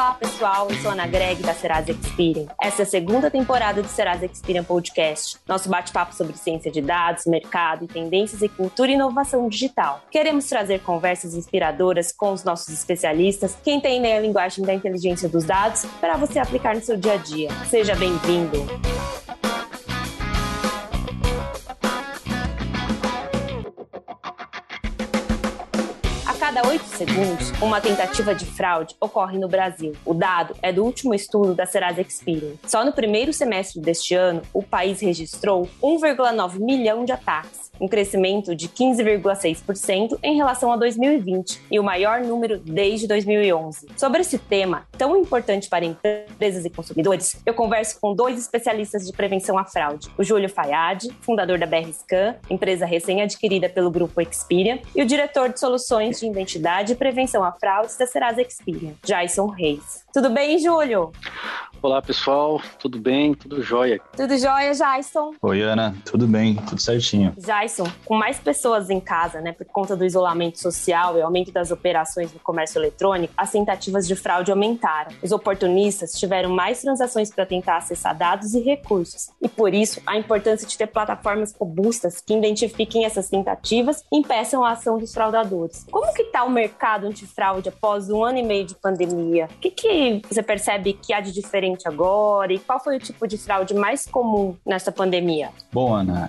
Olá, pessoal. Eu sou a Ana Greg, da Serasa Experian. Essa é a segunda temporada do Serasa Experian Podcast, nosso bate-papo sobre ciência de dados, mercado e tendências em cultura e inovação digital. Queremos trazer conversas inspiradoras com os nossos especialistas que entendem a linguagem da inteligência dos dados para você aplicar no seu dia a dia. Seja bem-vindo! A cada 8 segundos, uma tentativa de fraude ocorre no Brasil. O dado é do último estudo da Serasa Experian. Só no primeiro semestre deste ano, o país registrou 1,9 milhão de ataques, um crescimento de 15,6% em relação a 2020 e o maior número desde 2011. Sobre esse tema tão importante para empresas e consumidores, eu converso com dois especialistas de prevenção à fraude: o Júlio Fayad, fundador da BR-Scan, empresa recém-adquirida pelo grupo Experian, e o diretor de soluções de identidade e prevenção à fraude da Serasa Experian, Jason Reis. Tudo bem, Júlio? Olá, pessoal. Tudo bem? Tudo jóia? Tudo jóia, Jason? Oi, Ana. Tudo bem? Tudo certinho. Jason, com mais pessoas em casa, por conta do isolamento social e aumento das operações no comércio eletrônico, as tentativas de fraude aumentaram. Os oportunistas tiveram mais transações para tentar acessar dados e recursos. E por isso, a importância de ter plataformas robustas que identifiquem essas tentativas e impeçam a ação dos fraudadores. Como que está o mercado antifraude após 1 ano e meio de pandemia? O que você percebe que há de diferente agora? E qual foi o tipo de fraude mais comum nessa pandemia? Bom, Ana,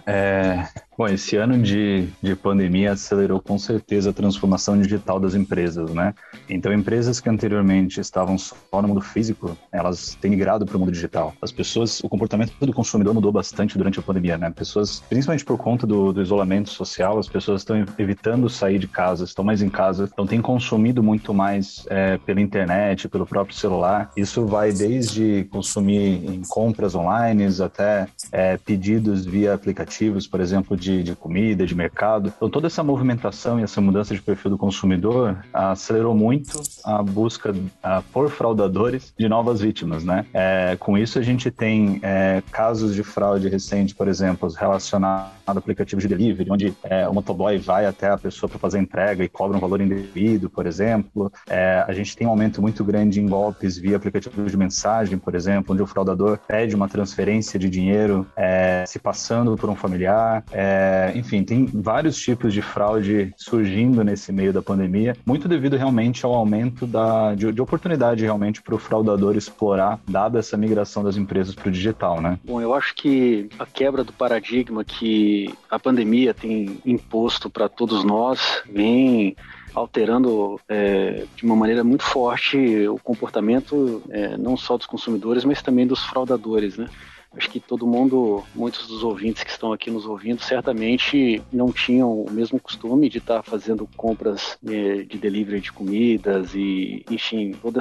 esse ano de pandemia acelerou com certeza a transformação digital das empresas, né? Então, empresas que anteriormente estavam só no mundo físico, elas têm migrado para o mundo digital. O comportamento do consumidor mudou bastante durante a pandemia, né? Pessoas, principalmente por conta do isolamento social, as pessoas estão evitando sair de casa, estão mais em casa, então têm consumido muito mais pela internet, pelo próprio celular. Isso vai desde consumir em compras online até pedidos via aplicativos, por exemplo, de comida, de mercado. Então, toda essa movimentação e essa mudança de perfil do consumidor acelerou muito a busca por fraudadores de novas vítimas, né? Com isso, a gente tem casos de fraude recente, por exemplo, relacionados a aplicativos de delivery, onde o motoboy vai até a pessoa para fazer a entrega e cobra um valor indevido, por exemplo. A gente tem um aumento muito grande em golpes via aplicativos de mensagem, por exemplo, onde o fraudador pede uma transferência de dinheiro se passando por um familiar. Enfim, tem vários tipos de fraude surgindo nesse meio da pandemia, muito devido realmente ao aumento de oportunidade realmente para o fraudador explorar, dada essa migração das empresas para o digital, né? Bom, eu acho que a quebra do paradigma que a pandemia tem imposto para todos nós vem alterando de uma maneira muito forte o comportamento não só dos consumidores, mas também dos fraudadores, né? Acho que muitos dos ouvintes que estão aqui nos ouvindo, certamente não tinham o mesmo costume de estar fazendo compras de delivery de comidas e, enfim, todo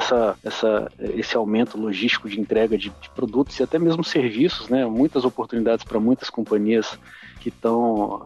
esse aumento logístico de entrega de produtos e até mesmo serviços, né? Muitas oportunidades para muitas companhias que estão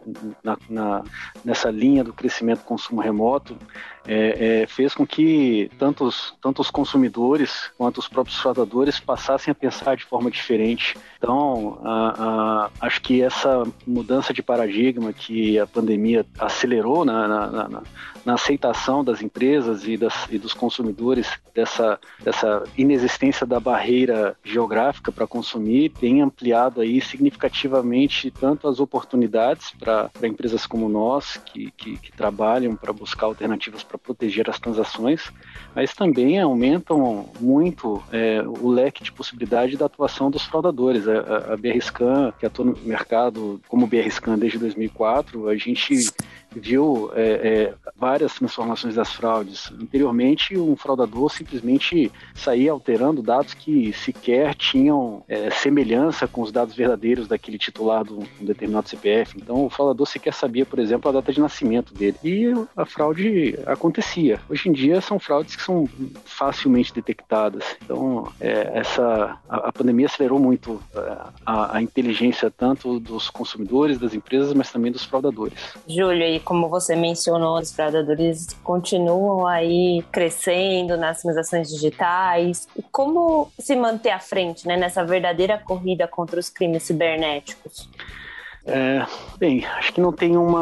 nessa linha do crescimento do consumo remoto, fez com que tanto os consumidores quanto os próprios fraudadores passassem a pensar de forma diferente. Então, acho que essa mudança de paradigma que a pandemia acelerou na aceitação das empresas e dos consumidores dessa inexistência da barreira geográfica para consumir tem ampliado aí significativamente tanto as oportunidades para empresas como nós que trabalham para buscar alternativas para proteger as transações, mas também aumentam muito o leque de possibilidade da atuação dos fraudadores. A BR-Scan, que atua no mercado como BR-Scan desde 2004, a gente viu várias transformações das fraudes. Anteriormente, um fraudador simplesmente saía alterando dados que sequer tinham semelhança com os dados verdadeiros daquele titular de um determinado CPF. Então, o fraudador sequer sabia, por exemplo, a data de nascimento dele. E a fraude acontecia. Hoje em dia, são fraudes que são facilmente detectadas. Então, a pandemia acelerou muito a inteligência tanto dos consumidores, das empresas, mas também dos fraudadores. Júlio, e como você mencionou, os fraudadores continuam aí crescendo nas transações digitais. E como se manter à frente, nessa verdadeira corrida contra os crimes cibernéticos? Bem, acho que não tem uma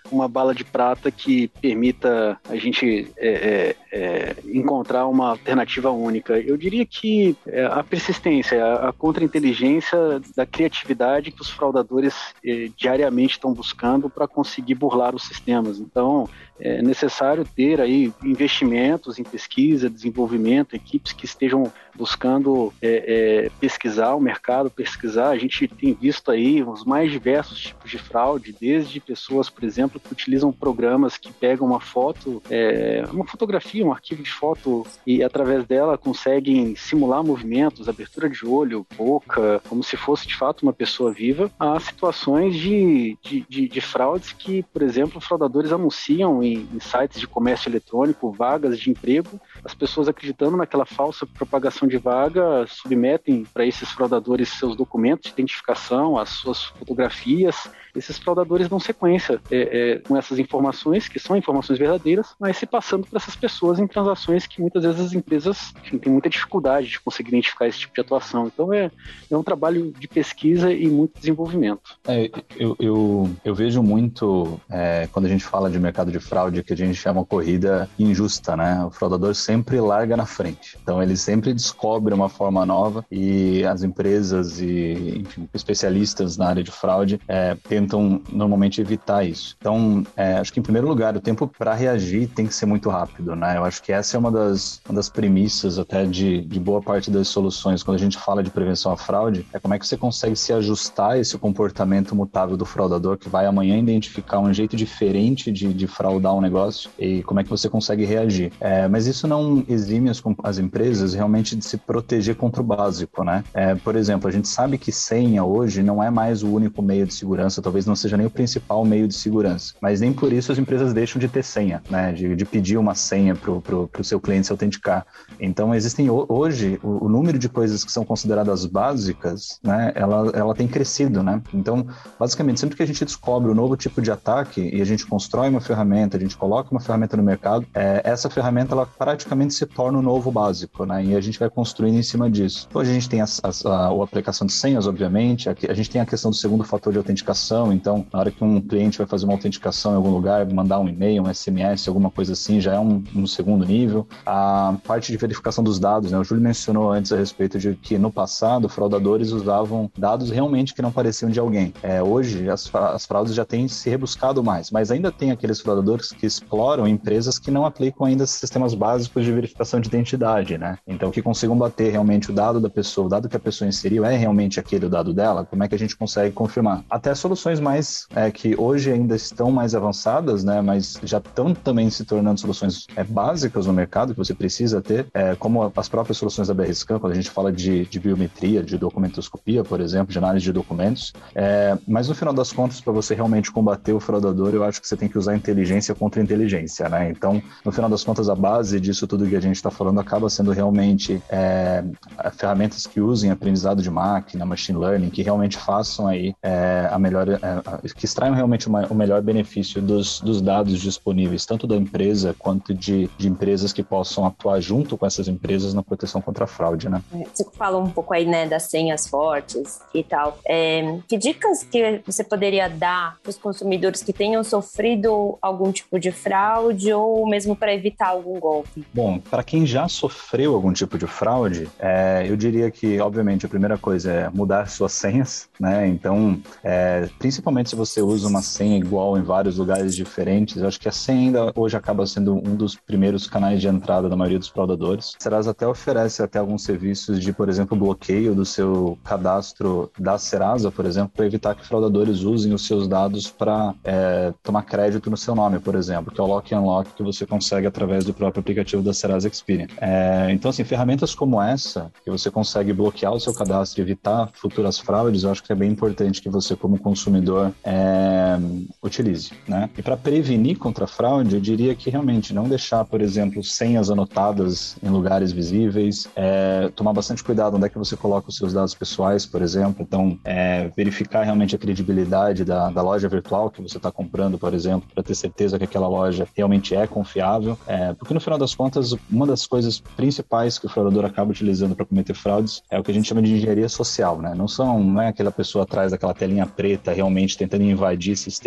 uma bala de prata que permita a gente encontrar uma alternativa única. Eu diria que a persistência, a contra-inteligência da criatividade que os fraudadores diariamente estão buscando para conseguir burlar os sistemas. Então, é necessário ter aí investimentos em pesquisa, desenvolvimento, equipes que estejam buscando pesquisar o mercado, pesquisar. A gente tem visto aí os mais diversos tipos de fraude, desde pessoas, por exemplo, que utilizam programas que pegam uma foto, uma fotografia, um arquivo de foto, e através dela conseguem simular movimentos, abertura de olho, boca, como se fosse de fato uma pessoa viva. Há situações de fraudes que, por exemplo, fraudadores anunciam em sites de comércio eletrônico vagas de emprego. As pessoas, acreditando naquela falsa propagação de vaga, submetem para esses fraudadores seus documentos de identificação, as suas fotografias. Esses fraudadores dão sequência com essas informações, que são informações verdadeiras, mas se passando para essas pessoas em transações que muitas vezes as empresas têm muita dificuldade de conseguir identificar esse tipo de atuação. Então é um trabalho de pesquisa e muito desenvolvimento. Eu vejo muito, quando a gente fala de mercado de fraude, que a gente chama corrida injusta, né? O fraudador sempre larga na frente. Então ele sempre descobre uma forma nova e as empresas e, enfim, especialistas na área de fraude tentam normalmente evitar isso. Então, acho que em primeiro lugar, o tempo para reagir tem que ser muito rápido, né? Eu acho que essa é uma das premissas até de boa parte das soluções. Quando a gente fala de prevenção à fraude, como é que você consegue se ajustar a esse comportamento mutável do fraudador que vai amanhã identificar um jeito diferente de fraudar um negócio e como é que você consegue reagir. Mas isso não exime as empresas realmente de se proteger contra o básico, né? Por exemplo, a gente sabe que senha hoje não é mais o único meio de segurança, talvez não seja nem o principal meio de segurança, mas nem por isso as empresas deixam de ter senha, né? De pedir uma senha para o seu cliente se autenticar. Então, existem hoje, o número de coisas que são consideradas básicas, né? Ela tem crescido, né? Então, basicamente, sempre que a gente descobre um novo tipo de ataque e a gente constrói uma ferramenta, a gente coloca uma ferramenta no mercado, essa ferramenta, ela praticamente se torna o novo básico, né? E a gente vai construindo em cima disso. Então, hoje a gente tem a aplicação de senhas, obviamente, a gente tem a questão do segundo fator de autenticação. Então, na hora que um cliente vai fazer uma autenticação em algum lugar, mandar um e-mail, um SMS, alguma coisa assim, já é um segundo nível. A parte de verificação dos dados, né? O Júlio mencionou antes a respeito de que no passado, fraudadores usavam dados realmente que não pareciam de alguém. Hoje, as fraudes já têm se rebuscado mais, mas ainda tem aqueles fraudadores que exploram empresas que não aplicam ainda sistemas básicos de verificação de identidade, né? Então, que consigam bater realmente o dado da pessoa, o dado que a pessoa inseriu é realmente aquele o dado dela, como é que a gente consegue confirmar? Até soluções mais que hoje ainda estão mais avançadas, né? Mas já estão também se tornando soluções básicas no mercado que você precisa ter, como as próprias soluções da BRScan, quando a gente fala de biometria, de documentoscopia, por exemplo, de análise de documentos. Mas no final das contas, para você realmente combater o fraudador, eu acho que você tem que usar inteligência contra inteligência, né? Então, no final das contas, a base disso tudo que a gente está falando acaba sendo realmente ferramentas que usem aprendizado de máquina, machine learning, que realmente façam aí que extraiam realmente o melhor benefício dos dados disponíveis, tanto da empresa quanto de empresas que possam atuar junto com essas empresas na proteção contra a fraude, né? Você falou um pouco aí, né, das senhas fortes e tal. Que dicas que você poderia dar para os consumidores que tenham sofrido algum tipo de fraude ou mesmo para evitar algum golpe? Bom, para quem já sofreu algum tipo de fraude, eu diria que, obviamente, a primeira coisa é mudar suas senhas, né? Então, principalmente se você usa uma senha igual em vários lugares diferentes, eu acho que a senha ainda hoje acaba sendo um dos primeiros canais de entrada da maioria dos fraudadores. A Serasa até oferece alguns serviços de, por exemplo, bloqueio do seu cadastro da Serasa, por exemplo, para evitar que fraudadores usem os seus dados para tomar crédito no seu nome, por exemplo, que é o Lock and Unlock que você consegue através do próprio aplicativo da Serasa Experian. Então, assim, ferramentas como essa, que você consegue bloquear o seu cadastro e evitar futuras fraudes, eu acho que é bem importante que você, como consumidor, utilize, né? E para prevenir contra a fraude, eu diria que realmente não deixar, por exemplo, senhas anotadas em lugares visíveis, tomar bastante cuidado onde é que você coloca os seus dados pessoais, por exemplo. Então, verificar realmente a credibilidade da loja virtual que você está comprando, por exemplo, para ter certeza que aquela loja realmente é confiável, porque no final das contas, uma das coisas principais que o fraudador acaba utilizando para cometer fraudes é o que a gente chama de engenharia social, né? Não é aquela pessoa atrás daquela telinha preta realmente tentando invadir sistemas. É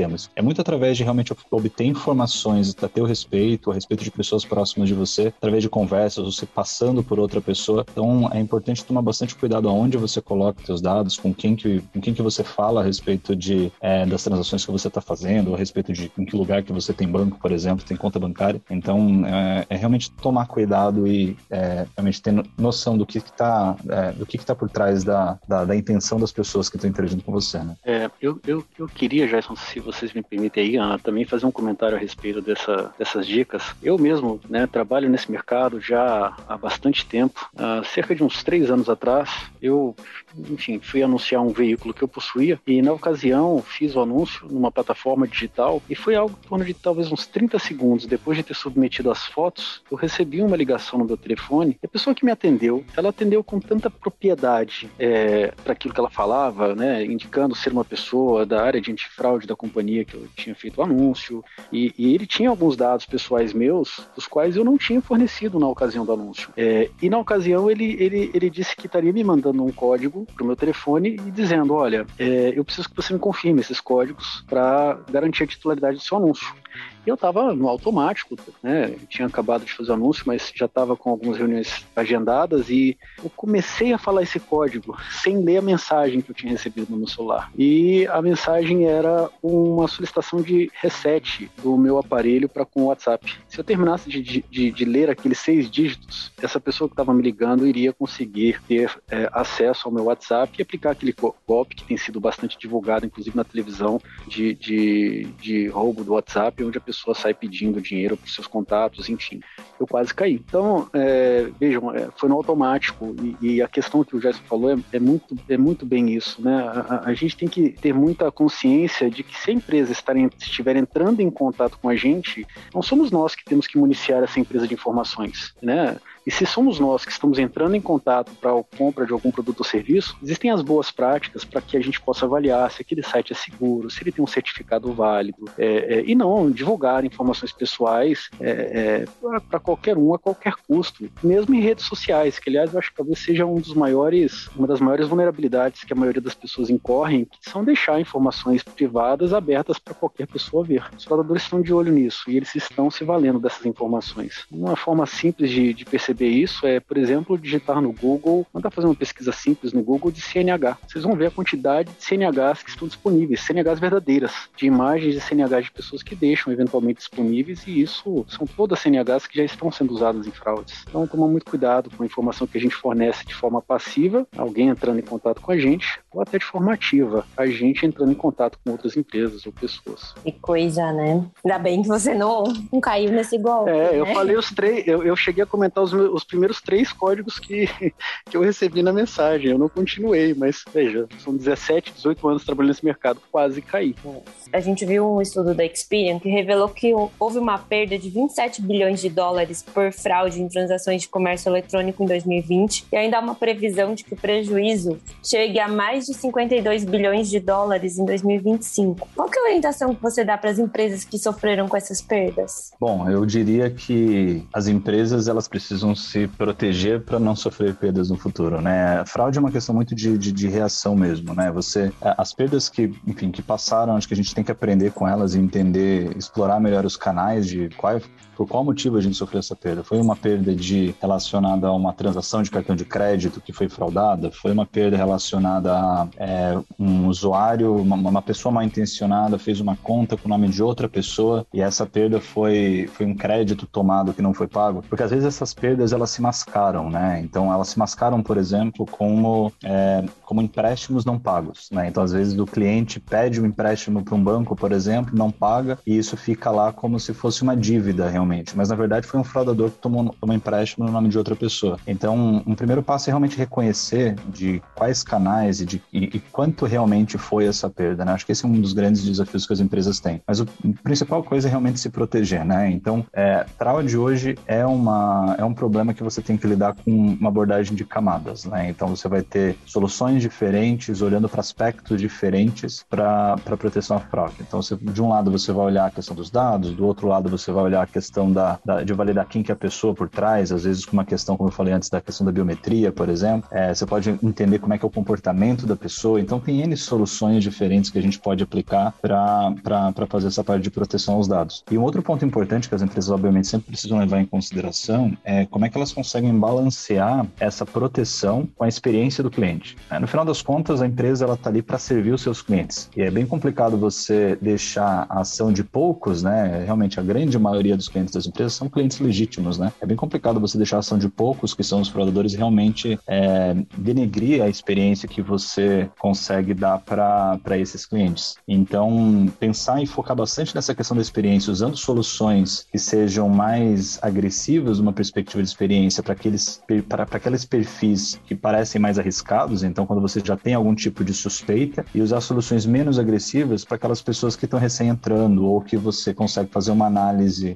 muito através de realmente obter informações a teu respeito, a respeito de pessoas próximas de você, através de conversas, você passando por outra pessoa. Então, é importante tomar bastante cuidado aonde você coloca teus dados, com quem que você fala a respeito das transações que você está fazendo, a respeito de em que lugar que você tem banco, por exemplo, tem conta bancária. Então, é realmente tomar cuidado e realmente ter noção do que está por trás da intenção das pessoas que estão interagindo com você, né? Eu queria, Jason, se vocês me permitem aí, também fazer um comentário a respeito dessas dicas. Eu mesmo, né, trabalho nesse mercado já há bastante tempo. Cerca de uns 3 anos atrás, eu, enfim, fui anunciar um veículo que eu possuía e, na ocasião, fiz o anúncio numa plataforma digital e foi algo em torno de talvez uns 30 segundos depois de ter submetido as fotos, eu recebi uma ligação no meu telefone e a pessoa que me atendeu, ela atendeu com tanta propriedade para aquilo que ela falava, né, indicando ser uma pessoa da área de antifraude da companhia que eu tinha feito o anúncio e ele tinha alguns dados pessoais meus, dos quais eu não tinha fornecido na ocasião do anúncio. E na ocasião ele disse que estaria me mandando um código para o meu telefone e dizendo, olha, eu preciso que você me confirme esses códigos para garantir a titularidade do seu anúncio. E eu estava no automático, né? Eu tinha acabado de fazer o anúncio, mas já estava com algumas reuniões agendadas e eu comecei a falar esse código sem ler a mensagem que eu tinha recebido no meu celular. E a mensagem era uma solicitação de reset do meu aparelho para com o WhatsApp. Se eu terminasse de ler aqueles 6 dígitos, essa pessoa que estava me ligando iria conseguir ter acesso ao meu WhatsApp e aplicar aquele golpe que tem sido bastante divulgado, inclusive na televisão, de roubo do WhatsApp, onde a pessoa sai pedindo dinheiro para os seus contatos, enfim. Eu quase caí. Então, vejam, foi no automático e a questão que o Gerson falou é muito bem isso, né? A gente tem que ter muita consciência de que se a empresa estiver entrando em contato com a gente, não somos nós que temos que municiar essa empresa de informações, né? E se somos nós que estamos entrando em contato para a compra de algum produto ou serviço, existem as boas práticas para que a gente possa avaliar se aquele site é seguro, se ele tem um certificado válido, e não divulgar informações pessoais para qualquer um, a qualquer custo, mesmo em redes sociais, que aliás eu acho que talvez seja uma das maiores vulnerabilidades que a maioria das pessoas incorrem, que são deixar informações privadas abertas para qualquer pessoa ver. Os fraudadores estão de olho nisso e eles estão se valendo dessas informações. Uma forma simples de perceber isso por exemplo, digitar no Google, mandar fazer uma pesquisa simples no Google de CNH. Vocês vão ver a quantidade de CNHs que estão disponíveis, CNHs verdadeiras, de imagens de CNHs de pessoas que deixam eventualmente disponíveis, e isso são todas CNHs que já estão sendo usadas em fraudes. Então, tomar muito cuidado com a informação que a gente fornece de forma passiva, alguém entrando em contato com a gente, ou até de forma ativa, a gente entrando em contato com outras empresas ou pessoas. Que coisa, né? Ainda bem que você não caiu nesse golpe. Eu falei os 3, eu cheguei a comentar os primeiros 3 códigos que eu recebi na mensagem. Eu não continuei, mas veja, são 17, 18 anos trabalhando nesse mercado, quase caí. A gente viu um estudo da Experian que revelou que houve uma perda de 27 bilhões de dólares por fraude em transações de comércio eletrônico em 2020 e ainda há uma previsão de que o prejuízo chegue a mais de 52 bilhões de dólares em 2025. Qual que é a orientação que você dá para as empresas que sofreram com essas perdas? Bom, eu diria que as empresas elas precisam se proteger para não sofrer perdas no futuro, né? A fraude é uma questão muito de reação mesmo, né? As perdas que passaram, acho que a gente tem que aprender com elas e entender, explorar melhor os canais por qual motivo a gente sofreu essa perda. Foi uma perda relacionada a uma transação de cartão de crédito que foi fraudada? Foi uma perda relacionada a um usuário, uma pessoa mal intencionada fez uma conta com o nome de outra pessoa e essa perda foi um crédito tomado que não foi pago? Porque às vezes essas perdas elas se mascaram, né? Então elas se mascaram, por exemplo, como empréstimos não pagos, né? Então às vezes o cliente pede um empréstimo para um banco, por exemplo, não paga e isso fica lá como se fosse uma dívida realmente, mas na verdade foi um fraudador que tomou um empréstimo no nome de outra pessoa. Então um primeiro passo é realmente reconhecer de quais canais e quanto realmente foi essa perda, né? Acho que esse é um dos grandes desafios que as empresas têm. Mas a principal coisa é realmente se proteger, né? Então fraude hoje é um problema problema que você tem que lidar com uma abordagem de camadas, né? Então você vai ter soluções diferentes, olhando para aspectos diferentes para proteção à fraude. Então, de um lado você vai olhar a questão dos dados, do outro lado você vai olhar a questão de validar quem que é a pessoa por trás, às vezes com uma questão, como eu falei antes, da questão da biometria, por exemplo. Você pode entender como é que é o comportamento da pessoa. Então, tem N soluções diferentes que a gente pode aplicar para fazer essa parte de proteção aos dados. E um outro ponto importante que as empresas, obviamente, sempre precisam levar em consideração é como é que elas conseguem balancear essa proteção com a experiência do cliente. No final das contas, a empresa está ali para servir os seus clientes. E é bem complicado você deixar a ação de poucos, né? Realmente, a grande maioria dos clientes das empresas são clientes legítimos, né? É bem complicado você deixar a ação de poucos, que são os fraudadores, realmente denegrir a experiência que você consegue dar para esses clientes. Então, pensar e focar bastante nessa questão da experiência, usando soluções que sejam mais agressivas numa perspectiva de experiência para aqueles perfis que parecem mais arriscados. Então, quando você já tem algum tipo de suspeita, e usar soluções menos agressivas para aquelas pessoas que estão recém entrando, ou que você consegue fazer uma análise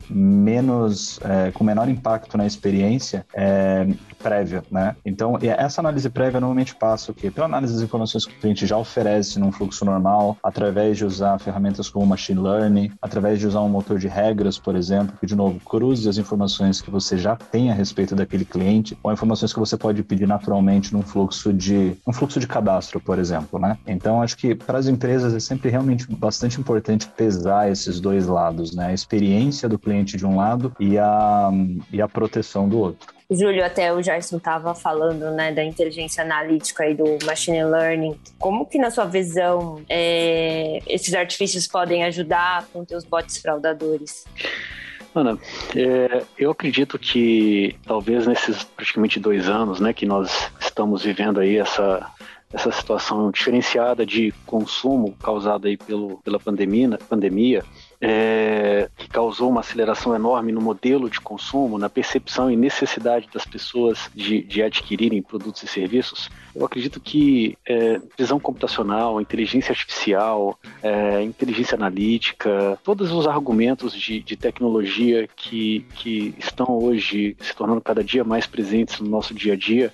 com menor impacto na experiência prévia, né? Então, essa análise prévia normalmente passa o quê? Pela análise das informações que o cliente já oferece num fluxo normal, através de usar ferramentas como machine learning, através de usar um motor de regras, por exemplo, que, de novo, cruze as informações que você já tem a respeito daquele cliente, ou informações que você pode pedir naturalmente num fluxo de cadastro, por exemplo, né? Então, acho que para as empresas é sempre realmente bastante importante pesar esses dois lados, né? A experiência do cliente de um lado e a proteção do outro. Júlio, até o Gerson estava falando, né, da inteligência analítica e do machine learning. Como que, na sua visão, esses artifícios podem ajudar a conter os bots fraudadores? Ana, eu acredito que talvez nesses praticamente 2 anos, né, que nós estamos vivendo aí essa situação diferenciada de consumo causada aí pela pandemia, que causou uma aceleração enorme no modelo de consumo, na percepção e necessidade das pessoas de adquirirem produtos e serviços. Eu acredito que visão computacional, inteligência artificial, inteligência analítica, todos os argumentos de tecnologia que estão hoje se tornando cada dia mais presentes no nosso dia a dia,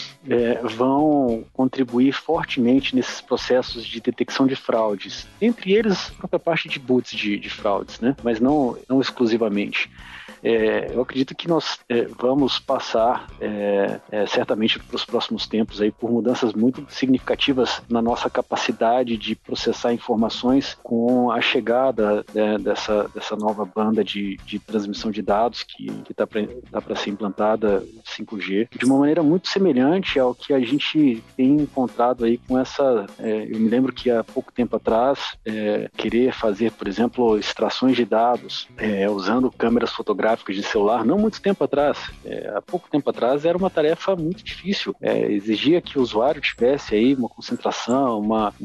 vão contribuir fortemente nesses processos de detecção de fraudes, entre eles a própria parte de boots de fraudes, né? Mas não exclusivamente. Eu acredito que nós vamos passar certamente para os próximos tempos aí por mudanças muito significativas na nossa capacidade de processar informações com a chegada dessa nova banda de transmissão de dados que está para ser implantada 5G, de uma maneira muito semelhante ao que a gente tem encontrado aí com essa... eu me lembro que há pouco tempo atrás, querer fazer, por exemplo, extrações de dados usando câmeras fotográficas de celular, não muito tempo atrás, há pouco tempo atrás era uma tarefa muito difícil, exigia que o usuário tivesse aí uma concentração,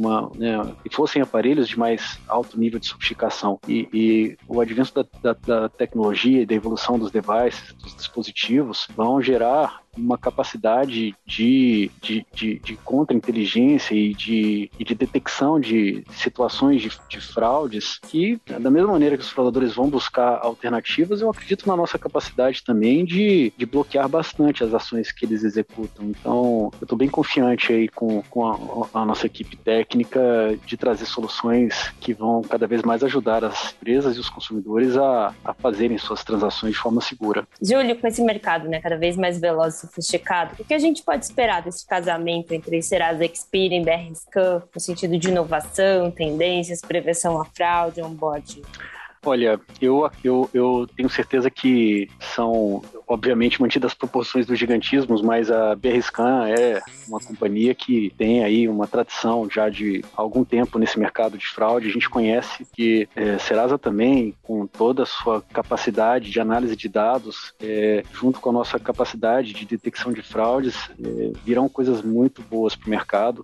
e fossem aparelhos de mais alto nível de sofisticação, e o advento da tecnologia e da evolução dos devices, dos dispositivos, vão gerar uma capacidade de contra-inteligência e de detecção de situações de fraudes que, da mesma maneira que os fraudadores vão buscar alternativas, eu acredito na nossa capacidade também de bloquear bastante as ações que eles executam. Então, eu estou bem confiante aí com a nossa equipe técnica de trazer soluções que vão cada vez mais ajudar as empresas e os consumidores a fazerem suas transações de forma segura. Júlio, com esse mercado, né, cada vez mais veloz e sofisticado, o que a gente pode esperar desse casamento entre Serasa Experian e BR-Scan no sentido de inovação, tendências, prevenção à fraude, onboarding? Olha, eu tenho certeza que são, obviamente, mantidas as proporções dos gigantismos, mas a BR-Scan é uma companhia que tem aí uma tradição já de algum tempo nesse mercado de fraude. A gente conhece que Serasa também, com toda a sua capacidade de análise de dados, junto com a nossa capacidade de detecção de fraudes, virão coisas muito boas para o mercado.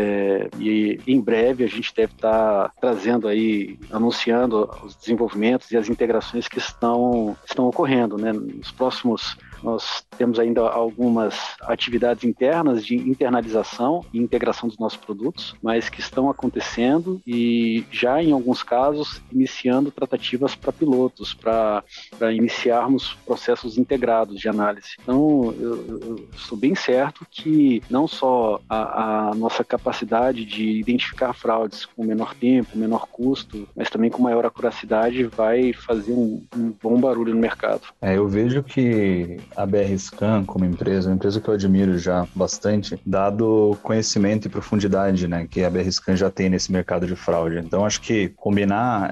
E em breve a gente deve estar trazendo aí, anunciando os desenvolvimentos e as integrações que estão ocorrendo, né? Nos próximos nós temos ainda algumas atividades internas de internalização e integração dos nossos produtos, mas que estão acontecendo e já em alguns casos iniciando tratativas para pilotos, para iniciarmos processos integrados de análise. Então, eu estou bem certo que não só a nossa capacidade de identificar fraudes com menor tempo, menor custo, mas também com maior acuracidade vai fazer um bom barulho no mercado. Eu vejo que a BR-Scan, como empresa, é uma empresa que eu admiro já bastante, dado o conhecimento e profundidade, né, que a BR-Scan já tem nesse mercado de fraude. Então, acho que combinar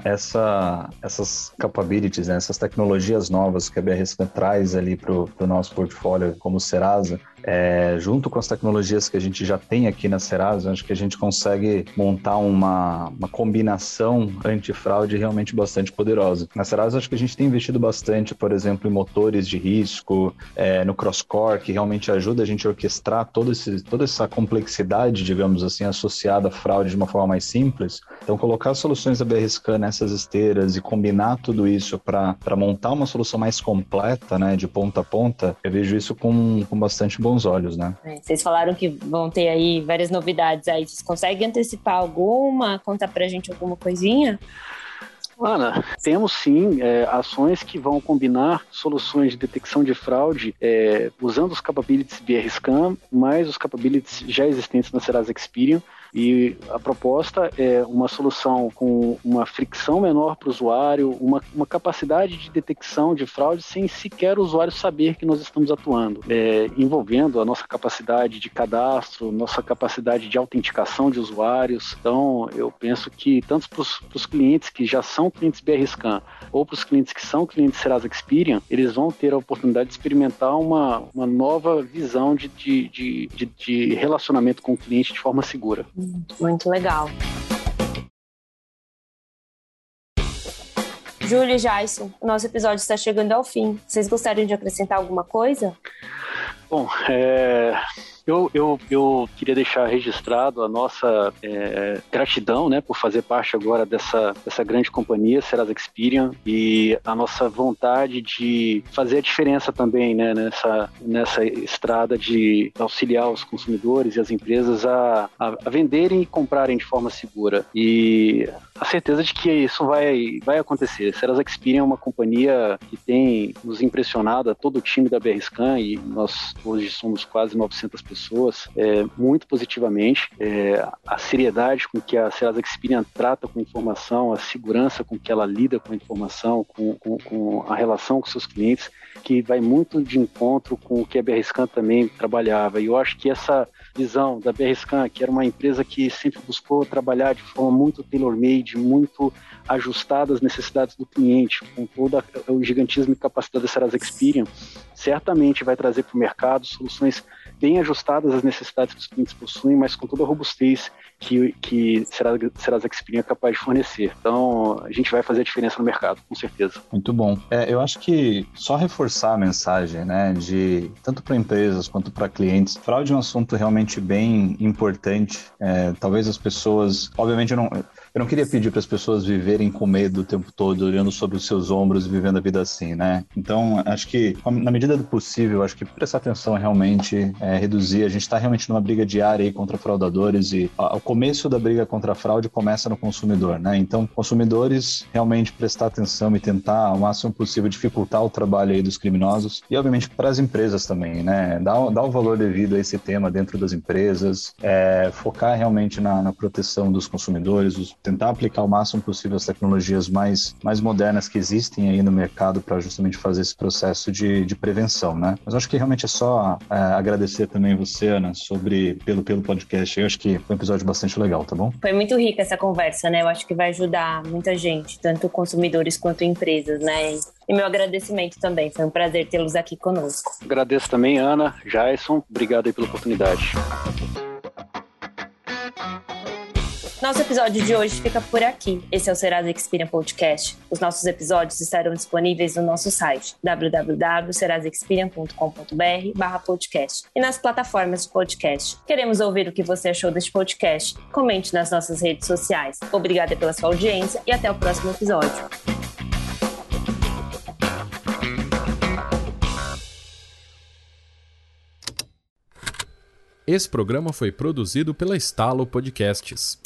essas capabilities, né, essas tecnologias novas que a BR-Scan traz ali para o nosso portfólio como Serasa, junto com as tecnologias que a gente já tem aqui na Serasa, acho que a gente consegue montar uma combinação antifraude realmente bastante poderosa. Na Serasa, acho que a gente tem investido bastante, por exemplo, em motores de risco, no CrossCore, que realmente ajuda a gente a orquestrar toda essa complexidade, digamos assim, associada à fraude de uma forma mais simples. Então, colocar as soluções da BR-Scan nessas esteiras e combinar tudo isso para montar uma solução mais completa, né, de ponta a ponta, eu vejo isso com bastante bons olhos, né? Vocês falaram que vão ter aí várias novidades aí. Vocês conseguem antecipar alguma? Contar pra gente alguma coisinha? Ana, temos sim ações que vão combinar soluções de detecção de fraude usando os capabilities BR-Scan, mais os capabilities já existentes na Serasa Experian. E a proposta é uma solução com uma fricção menor para o usuário, uma capacidade de detecção de fraude sem sequer o usuário saber que nós estamos atuando, envolvendo a nossa capacidade de cadastro, nossa capacidade de autenticação de usuários. Então, eu penso que tanto para os clientes que já são clientes BR-Scan ou para os clientes que são clientes Serasa Experian, eles vão ter a oportunidade de experimentar uma nova visão de relacionamento com o cliente de forma segura. Muito legal. Júlio e Jason, o nosso episódio está chegando ao fim. Vocês gostariam de acrescentar alguma coisa? Bom, eu queria deixar registrado a nossa gratidão, né, por fazer parte agora dessa grande companhia, Serasa Experian, e a nossa vontade de fazer a diferença também, né, nessa estrada de auxiliar os consumidores e as empresas a venderem e comprarem de forma segura. E a certeza de que isso vai acontecer. Serasa Experian é uma companhia que tem nos impressionado, a todo o time da BR-Scan, e nós hoje somos quase 900 pessoas, muito positivamente. A seriedade com que a Serasa Experian trata com informação, a segurança com que ela lida com a informação, com a relação com seus clientes, que vai muito de encontro com o que a BR-Scan também trabalhava. E eu acho que essa visão da BR-Scan, que era uma empresa que sempre buscou trabalhar de forma muito tailor-made, muito ajustada às necessidades do cliente, com todo o gigantismo e capacidade da Serasa Experian, certamente vai trazer para o mercado soluções bem ajustadas às necessidades que os clientes possuem, mas com toda a robustez que Serasa Experian é capaz de fornecer. Então, a gente vai fazer a diferença no mercado, com certeza. Muito bom. Eu acho que só reforçar a mensagem, né, de tanto para empresas quanto para clientes, fraude é um assunto realmente bem importante. Talvez as pessoas, obviamente eu não queria pedir para as pessoas viverem com medo o tempo todo, olhando sobre os seus ombros e vivendo a vida assim, né? Então, acho que, na medida do possível, acho que prestar atenção é realmente reduzir. A gente está realmente numa briga diária aí contra fraudadores e o começo da briga contra a fraude começa no consumidor, né? Então, consumidores realmente prestar atenção e tentar, ao máximo possível, dificultar o trabalho aí dos criminosos e, obviamente, para as empresas também, né? Dar o valor devido a esse tema dentro das empresas, focar realmente na proteção dos consumidores, tentar aplicar o máximo possível as tecnologias mais modernas que existem aí no mercado para justamente fazer esse processo de prevenção, né? Mas acho que realmente é só agradecer também você, Ana, pelo podcast. Eu acho que foi um episódio bastante legal, tá bom? Foi muito rica essa conversa, né? Eu acho que vai ajudar muita gente, tanto consumidores quanto empresas, né? E meu agradecimento também. Foi um prazer tê-los aqui conosco. Agradeço também, Ana, Jason. Obrigado aí pela oportunidade. Nosso episódio de hoje fica por aqui. Esse é o Serasa Experian Podcast. Os nossos episódios estarão disponíveis no nosso site www.serasaexperian.com.br/podcast e nas plataformas de podcast. Queremos ouvir o que você achou deste podcast. Comente nas nossas redes sociais. Obrigada pela sua audiência e até o próximo episódio. Esse programa foi produzido pela Estalo Podcasts.